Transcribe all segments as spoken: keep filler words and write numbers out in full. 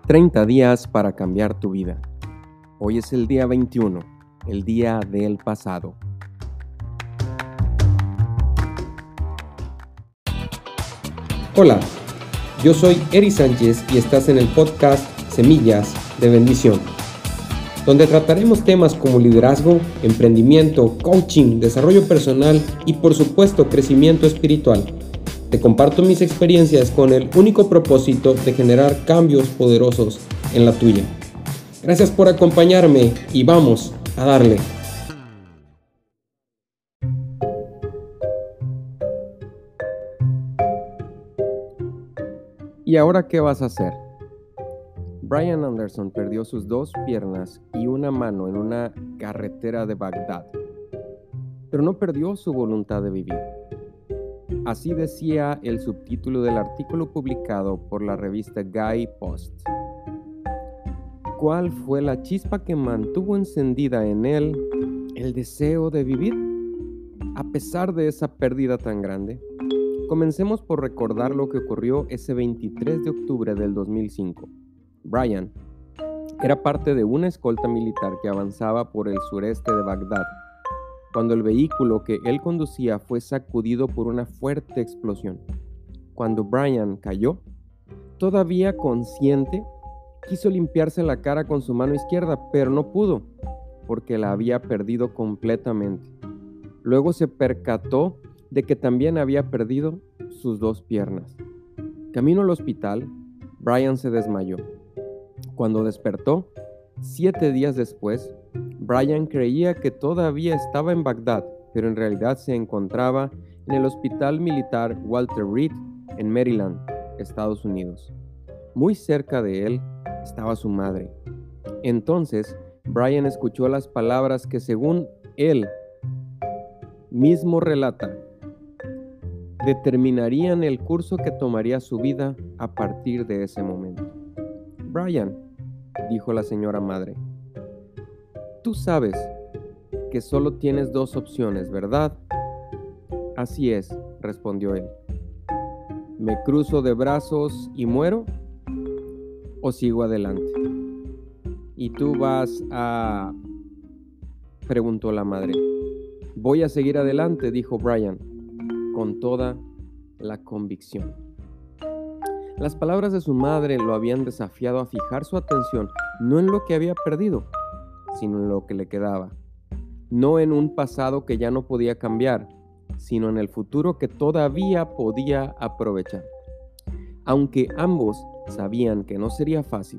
treinta días para cambiar tu vida. Hoy es el día veintiuno, el día del pasado. Hola, yo soy Eri Sánchez y estás en el podcast Semillas de Bendición, donde trataremos temas como liderazgo, emprendimiento, coaching, desarrollo personal y por supuesto crecimiento espiritual. Te comparto mis experiencias con el único propósito de generar cambios poderosos en la tuya. Gracias por acompañarme y vamos a darle. ¿Y ahora qué vas a hacer? Brian Anderson perdió sus dos piernas y una mano en una carretera de Bagdad, pero no perdió su voluntad de vivir. Así decía el subtítulo del artículo publicado por la revista Guy Post. ¿Cuál fue la chispa que mantuvo encendida en él el deseo de vivir, a pesar de esa pérdida tan grande? Comencemos por recordar lo que ocurrió ese veintitrés de octubre del dos mil cinco. Brian era parte de una escolta militar que avanzaba por el sureste de Bagdad, cuando el vehículo que él conducía fue sacudido por una fuerte explosión. Cuando Brian cayó, todavía consciente, quiso limpiarse la cara con su mano izquierda, pero no pudo, porque la había perdido completamente. Luego se percató de que también había perdido sus dos piernas. Camino al hospital, Brian se desmayó. Cuando despertó, siete días después, Brian creía que todavía estaba en Bagdad, pero en realidad se encontraba en el Hospital Militar Walter Reed en Maryland, Estados Unidos. Muy cerca de él estaba su madre. Entonces, Brian escuchó las palabras que, según él mismo relata, determinarían el curso que tomaría su vida a partir de ese momento. Brian, dijo la señora madre, tú sabes que solo tienes dos opciones, ¿verdad? Así es, respondió él. ¿Me cruzo de brazos y muero? ¿O sigo adelante? ¿Y tú vas a...? preguntó la madre. Voy a seguir adelante, dijo Brian, con toda la convicción. Las palabras de su madre lo habían desafiado a fijar su atención no en lo que había perdido, sino en lo que le quedaba. No en un pasado que ya no podía cambiar, sino en el futuro que todavía podía aprovechar. Aunque ambos sabían que no sería fácil.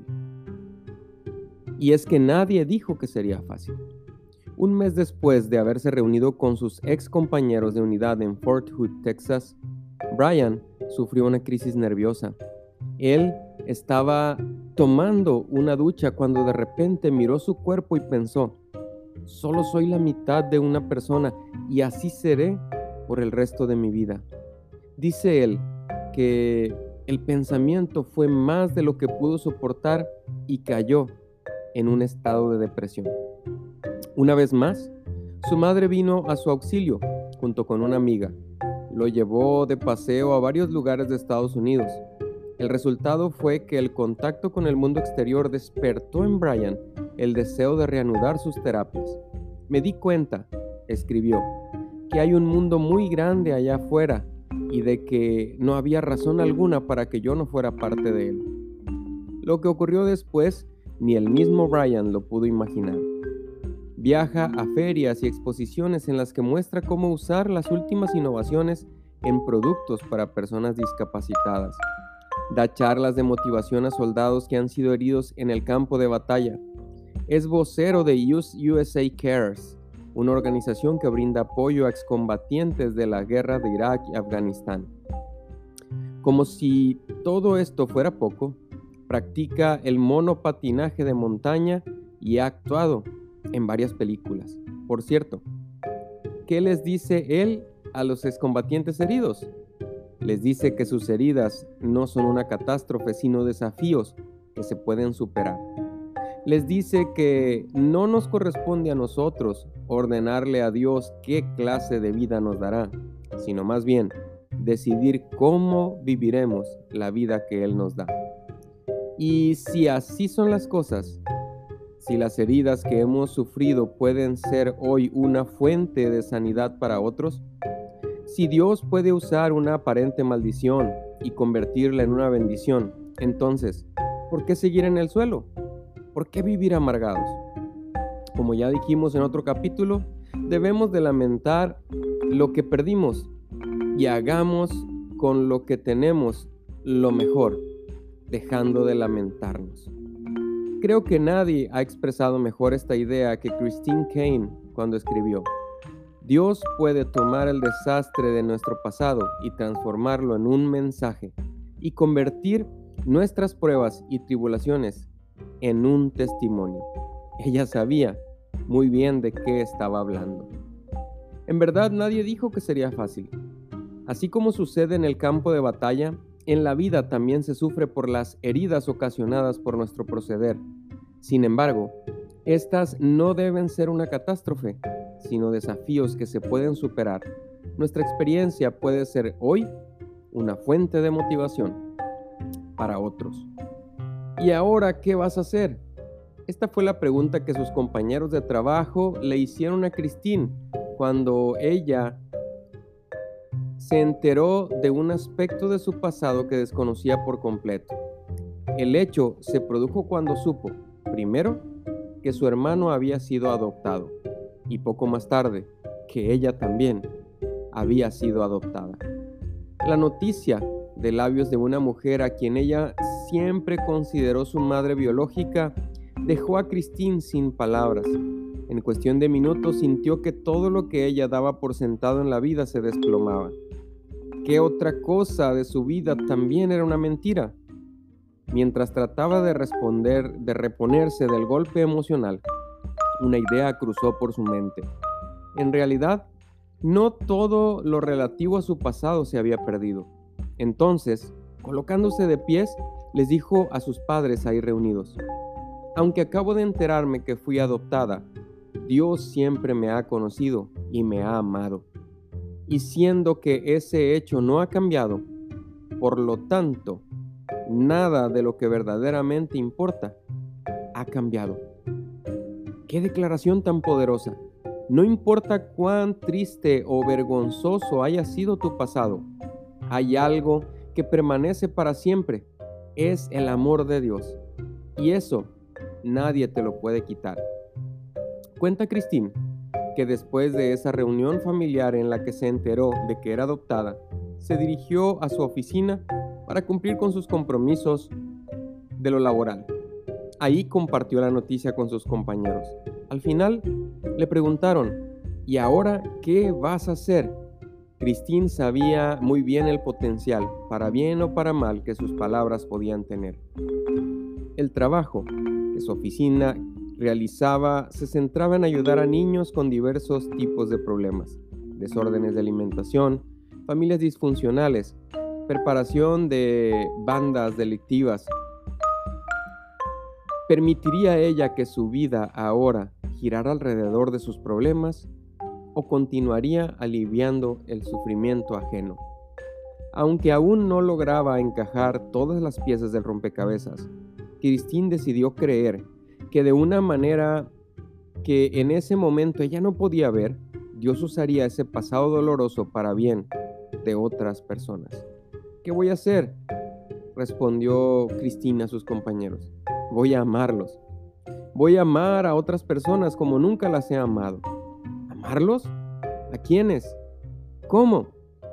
Y es que nadie dijo que sería fácil. Un mes después de haberse reunido con sus ex compañeros de unidad en Fort Hood, Texas, Brian sufrió una crisis nerviosa. Él estaba tomando una ducha cuando de repente miró su cuerpo y pensó, solo soy la mitad de una persona y así seré por el resto de mi vida. Dice él que el pensamiento fue más de lo que pudo soportar y cayó en un estado de depresión. Una vez más, su madre vino a su auxilio junto con una amiga. Lo llevó de paseo a varios lugares de Estados Unidos. El resultado fue que el contacto con el mundo exterior despertó en Brian el deseo de reanudar sus terapias. Me di cuenta, escribió, que hay un mundo muy grande allá afuera y de que no había razón alguna para que yo no fuera parte de él. Lo que ocurrió después, ni el mismo Brian lo pudo imaginar. Viaja a ferias y exposiciones en las que muestra cómo usar las últimas innovaciones en productos para personas discapacitadas. Da charlas de motivación a soldados que han sido heridos en el campo de batalla. Es vocero de U S A Cares, una organización que brinda apoyo a excombatientes de la guerra de Irak y Afganistán. Como si todo esto fuera poco, practica el monopatinaje de montaña y ha actuado en varias películas. Por cierto, ¿qué les dice él a los excombatientes heridos? Les dice que sus heridas no son una catástrofe, sino desafíos que se pueden superar. Les dice que no nos corresponde a nosotros ordenarle a Dios qué clase de vida nos dará, sino más bien decidir cómo viviremos la vida que Él nos da. Y si así son las cosas, si las heridas que hemos sufrido pueden ser hoy una fuente de sanidad para otros, si Dios puede usar una aparente maldición y convertirla en una bendición, entonces, ¿por qué seguir en el suelo? ¿Por qué vivir amargados? Como ya dijimos en otro capítulo, debemos de lamentar lo que perdimos y hagamos con lo que tenemos lo mejor, dejando de lamentarnos. Creo que nadie ha expresado mejor esta idea que Christine Caine cuando escribió: Dios puede tomar el desastre de nuestro pasado y transformarlo en un mensaje y convertir nuestras pruebas y tribulaciones en un testimonio. Ella sabía muy bien de qué estaba hablando. En verdad, nadie dijo que sería fácil. Así como sucede en el campo de batalla, en la vida también se sufre por las heridas ocasionadas por nuestro proceder. Sin embargo, estas no deben ser una catástrofe, sino desafíos que se pueden superar. Nuestra experiencia puede ser hoy una fuente de motivación para otros. ¿Y ahora qué vas a hacer? Esta fue la pregunta que sus compañeros de trabajo le hicieron a Christine cuando ella se enteró de un aspecto de su pasado que desconocía por completo. El hecho se produjo cuando supo, primero, que su hermano había sido adoptado, y poco más tarde, que ella también había sido adoptada. La noticia de labios de una mujer a quien ella siempre consideró su madre biológica dejó a Christine sin palabras. En cuestión de minutos sintió que todo lo que ella daba por sentado en la vida se desplomaba. ¿Qué otra cosa de su vida también era una mentira? Mientras trataba de responder, de reponerse del golpe emocional, una idea cruzó por su mente. En realidad, no todo lo relativo a su pasado se había perdido. Entonces, colocándose de pies, les dijo a sus padres ahí reunidos: aunque acabo de enterarme que fui adoptada, Dios siempre me ha conocido y me ha amado. Y siendo que ese hecho no ha cambiado, por lo tanto, nada de lo que verdaderamente importa ha cambiado. ¡Qué declaración tan poderosa! No importa cuán triste o vergonzoso haya sido tu pasado, hay algo que permanece para siempre. Es el amor de Dios. Y eso nadie te lo puede quitar. Cuenta Christine que después de esa reunión familiar en la que se enteró de que era adoptada, se dirigió a su oficina para cumplir con sus compromisos de lo laboral. Ahí compartió la noticia con sus compañeros. Al final le preguntaron: ¿y ahora qué vas a hacer? Christine sabía muy bien el potencial, para bien o para mal, que sus palabras podían tener. El trabajo que su oficina realizaba se centraba en ayudar a niños con diversos tipos de problemas: desórdenes de alimentación, familias disfuncionales, preparación de bandas delictivas. ¿Permitiría ella que su vida ahora girara alrededor de sus problemas o continuaría aliviando el sufrimiento ajeno? Aunque aún no lograba encajar todas las piezas del rompecabezas, Christine decidió creer que de una manera que en ese momento ella no podía ver, Dios usaría ese pasado doloroso para bien de otras personas. ¿Qué voy a hacer?, respondió Christine a sus compañeros. Voy a amarlos. Voy a amar a otras personas como nunca las he amado. ¿Amarlos? ¿A quiénes? ¿Cómo?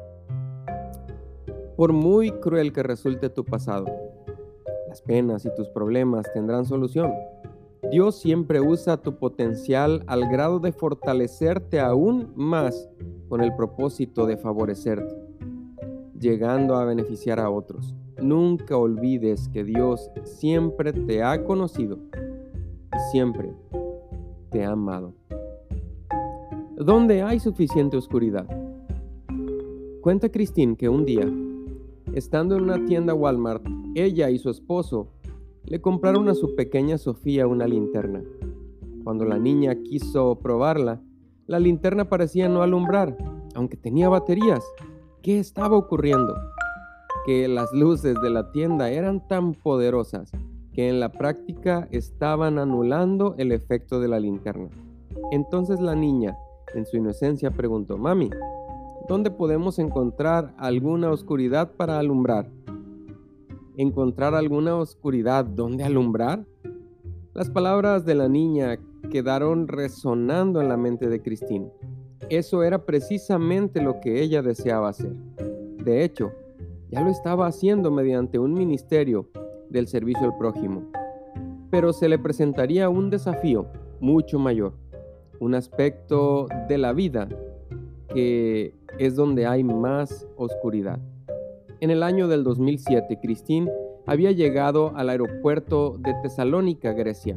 Por muy cruel que resulte tu pasado, las penas y tus problemas tendrán solución. Dios siempre usa tu potencial al grado de fortalecerte aún más con el propósito de favorecerte, llegando a beneficiar a otros. Nunca olvides que Dios siempre te ha conocido y siempre te ha amado. ¿Dónde hay suficiente oscuridad? Cuenta Christine que un día, estando en una tienda Walmart, ella y su esposo le compraron a su pequeña Sofía una linterna. Cuando la niña quiso probarla, la linterna parecía no alumbrar, aunque tenía baterías. ¿Qué estaba ocurriendo? Que las luces de la tienda eran tan poderosas que en la práctica estaban anulando el efecto de la linterna. Entonces la niña, en su inocencia, preguntó: «Mami, ¿dónde podemos encontrar alguna oscuridad para alumbrar?» ¿Encontrar alguna oscuridad donde alumbrar? Las palabras de la niña quedaron resonando en la mente de Christine. Eso era precisamente lo que ella deseaba hacer. De hecho, ya lo estaba haciendo mediante un ministerio del servicio al prójimo. Pero se le presentaría un desafío mucho mayor, un aspecto de la vida que es donde hay más oscuridad. En el año del dos mil siete, Christine había llegado al aeropuerto de Tesalónica, Grecia,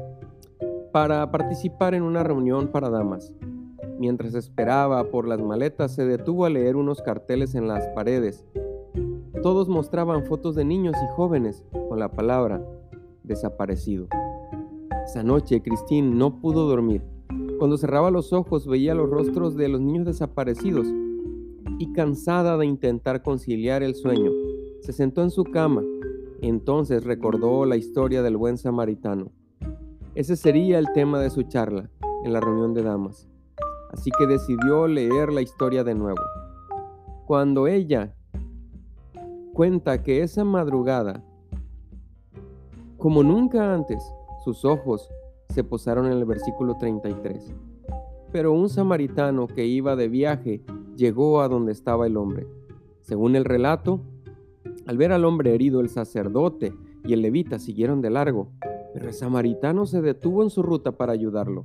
para participar en una reunión para damas. Mientras esperaba por las maletas, se detuvo a leer unos carteles en las paredes. Todos mostraban fotos de niños y jóvenes con la palabra desaparecido. Esa noche, Christine no pudo dormir. Cuando cerraba los ojos, veía los rostros de los niños desaparecidos y, cansada de intentar conciliar el sueño, se sentó en su cama. Entonces recordó la historia del buen samaritano. Ese sería el tema de su charla en la reunión de damas. Así que decidió leer la historia de nuevo. Cuando ella cuenta que esa madrugada, como nunca antes, sus ojos se posaron en el versículo treinta y tres. Pero un samaritano que iba de viaje llegó a donde estaba el hombre. Según el relato, al ver al hombre herido, el sacerdote y el levita siguieron de largo, pero el samaritano se detuvo en su ruta para ayudarlo.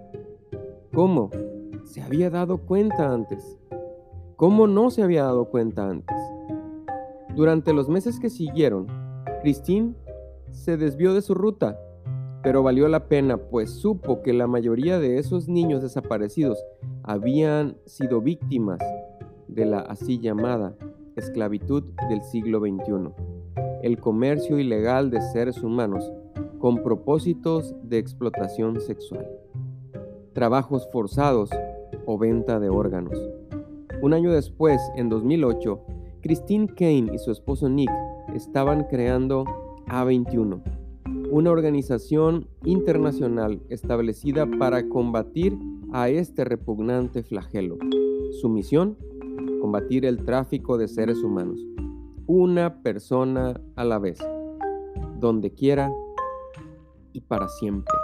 ¿Cómo? ¿Se había dado cuenta antes? ¿Cómo no se había dado cuenta antes? Durante los meses que siguieron, Christine se desvió de su ruta, pero valió la pena, pues supo que la mayoría de esos niños desaparecidos habían sido víctimas de la así llamada esclavitud del siglo veintiuno, el comercio ilegal de seres humanos con propósitos de explotación sexual, trabajos forzados o venta de órganos. Un año después, en dos mil ocho, Christine Caine y su esposo Nick estaban creando A veintiuno, una organización internacional establecida para combatir a este repugnante flagelo. Su misión: combatir el tráfico de seres humanos, una persona a la vez, donde quiera y para siempre.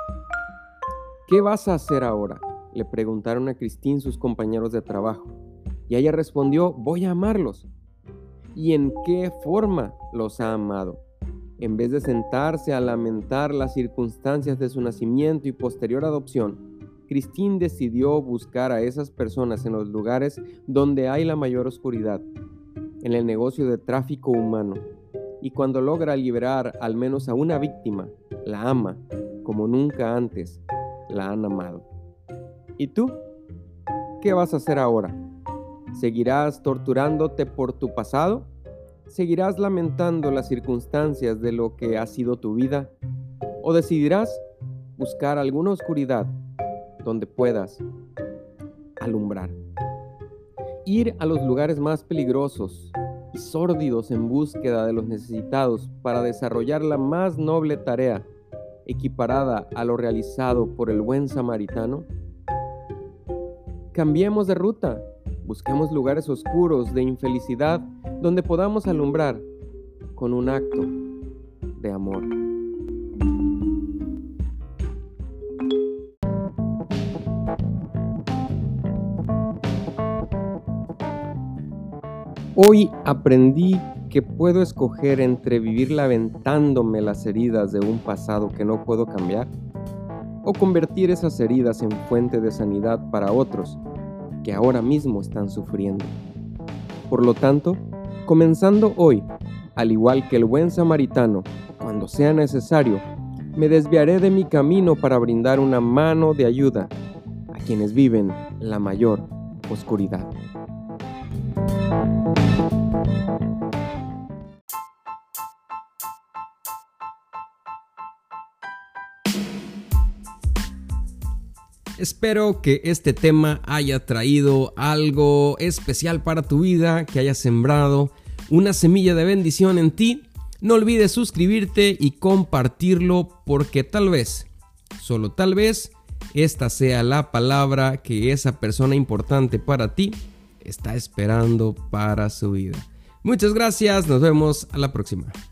¿Qué vas a hacer ahora?, le preguntaron a Christine sus compañeros de trabajo, y ella respondió: voy a amarlos. ¿Y en qué forma los ha amado? En vez de sentarse a lamentar las circunstancias de su nacimiento y posterior adopción, Christine decidió buscar a esas personas en los lugares donde hay la mayor oscuridad, en el negocio de tráfico humano. Y cuando logra liberar al menos a una víctima, la ama como nunca antes la han amado. ¿Y tú? ¿Qué vas a hacer ahora? ¿Seguirás torturándote por tu pasado? ¿Seguirás lamentando las circunstancias de lo que ha sido tu vida? ¿O decidirás buscar alguna oscuridad donde puedas alumbrar? Ir a los lugares más peligrosos y sórdidos en búsqueda de los necesitados para desarrollar la más noble tarea equiparada a lo realizado por el buen samaritano. Cambiemos de ruta. Busquemos lugares oscuros de infelicidad donde podamos alumbrar con un acto de amor. Hoy aprendí que puedo escoger entre vivir lamentándome las heridas de un pasado que no puedo cambiar, o convertir esas heridas en fuente de sanidad para otros que ahora mismo están sufriendo. Por lo tanto, comenzando hoy, al igual que el buen samaritano, cuando sea necesario, me desviaré de mi camino para brindar una mano de ayuda a quienes viven la mayor oscuridad. Espero que este tema haya traído algo especial para tu vida, que haya sembrado una semilla de bendición en ti. No olvides suscribirte y compartirlo porque tal vez, solo tal vez, esta sea la palabra que esa persona importante para ti está esperando para su vida. Muchas gracias, nos vemos a la próxima.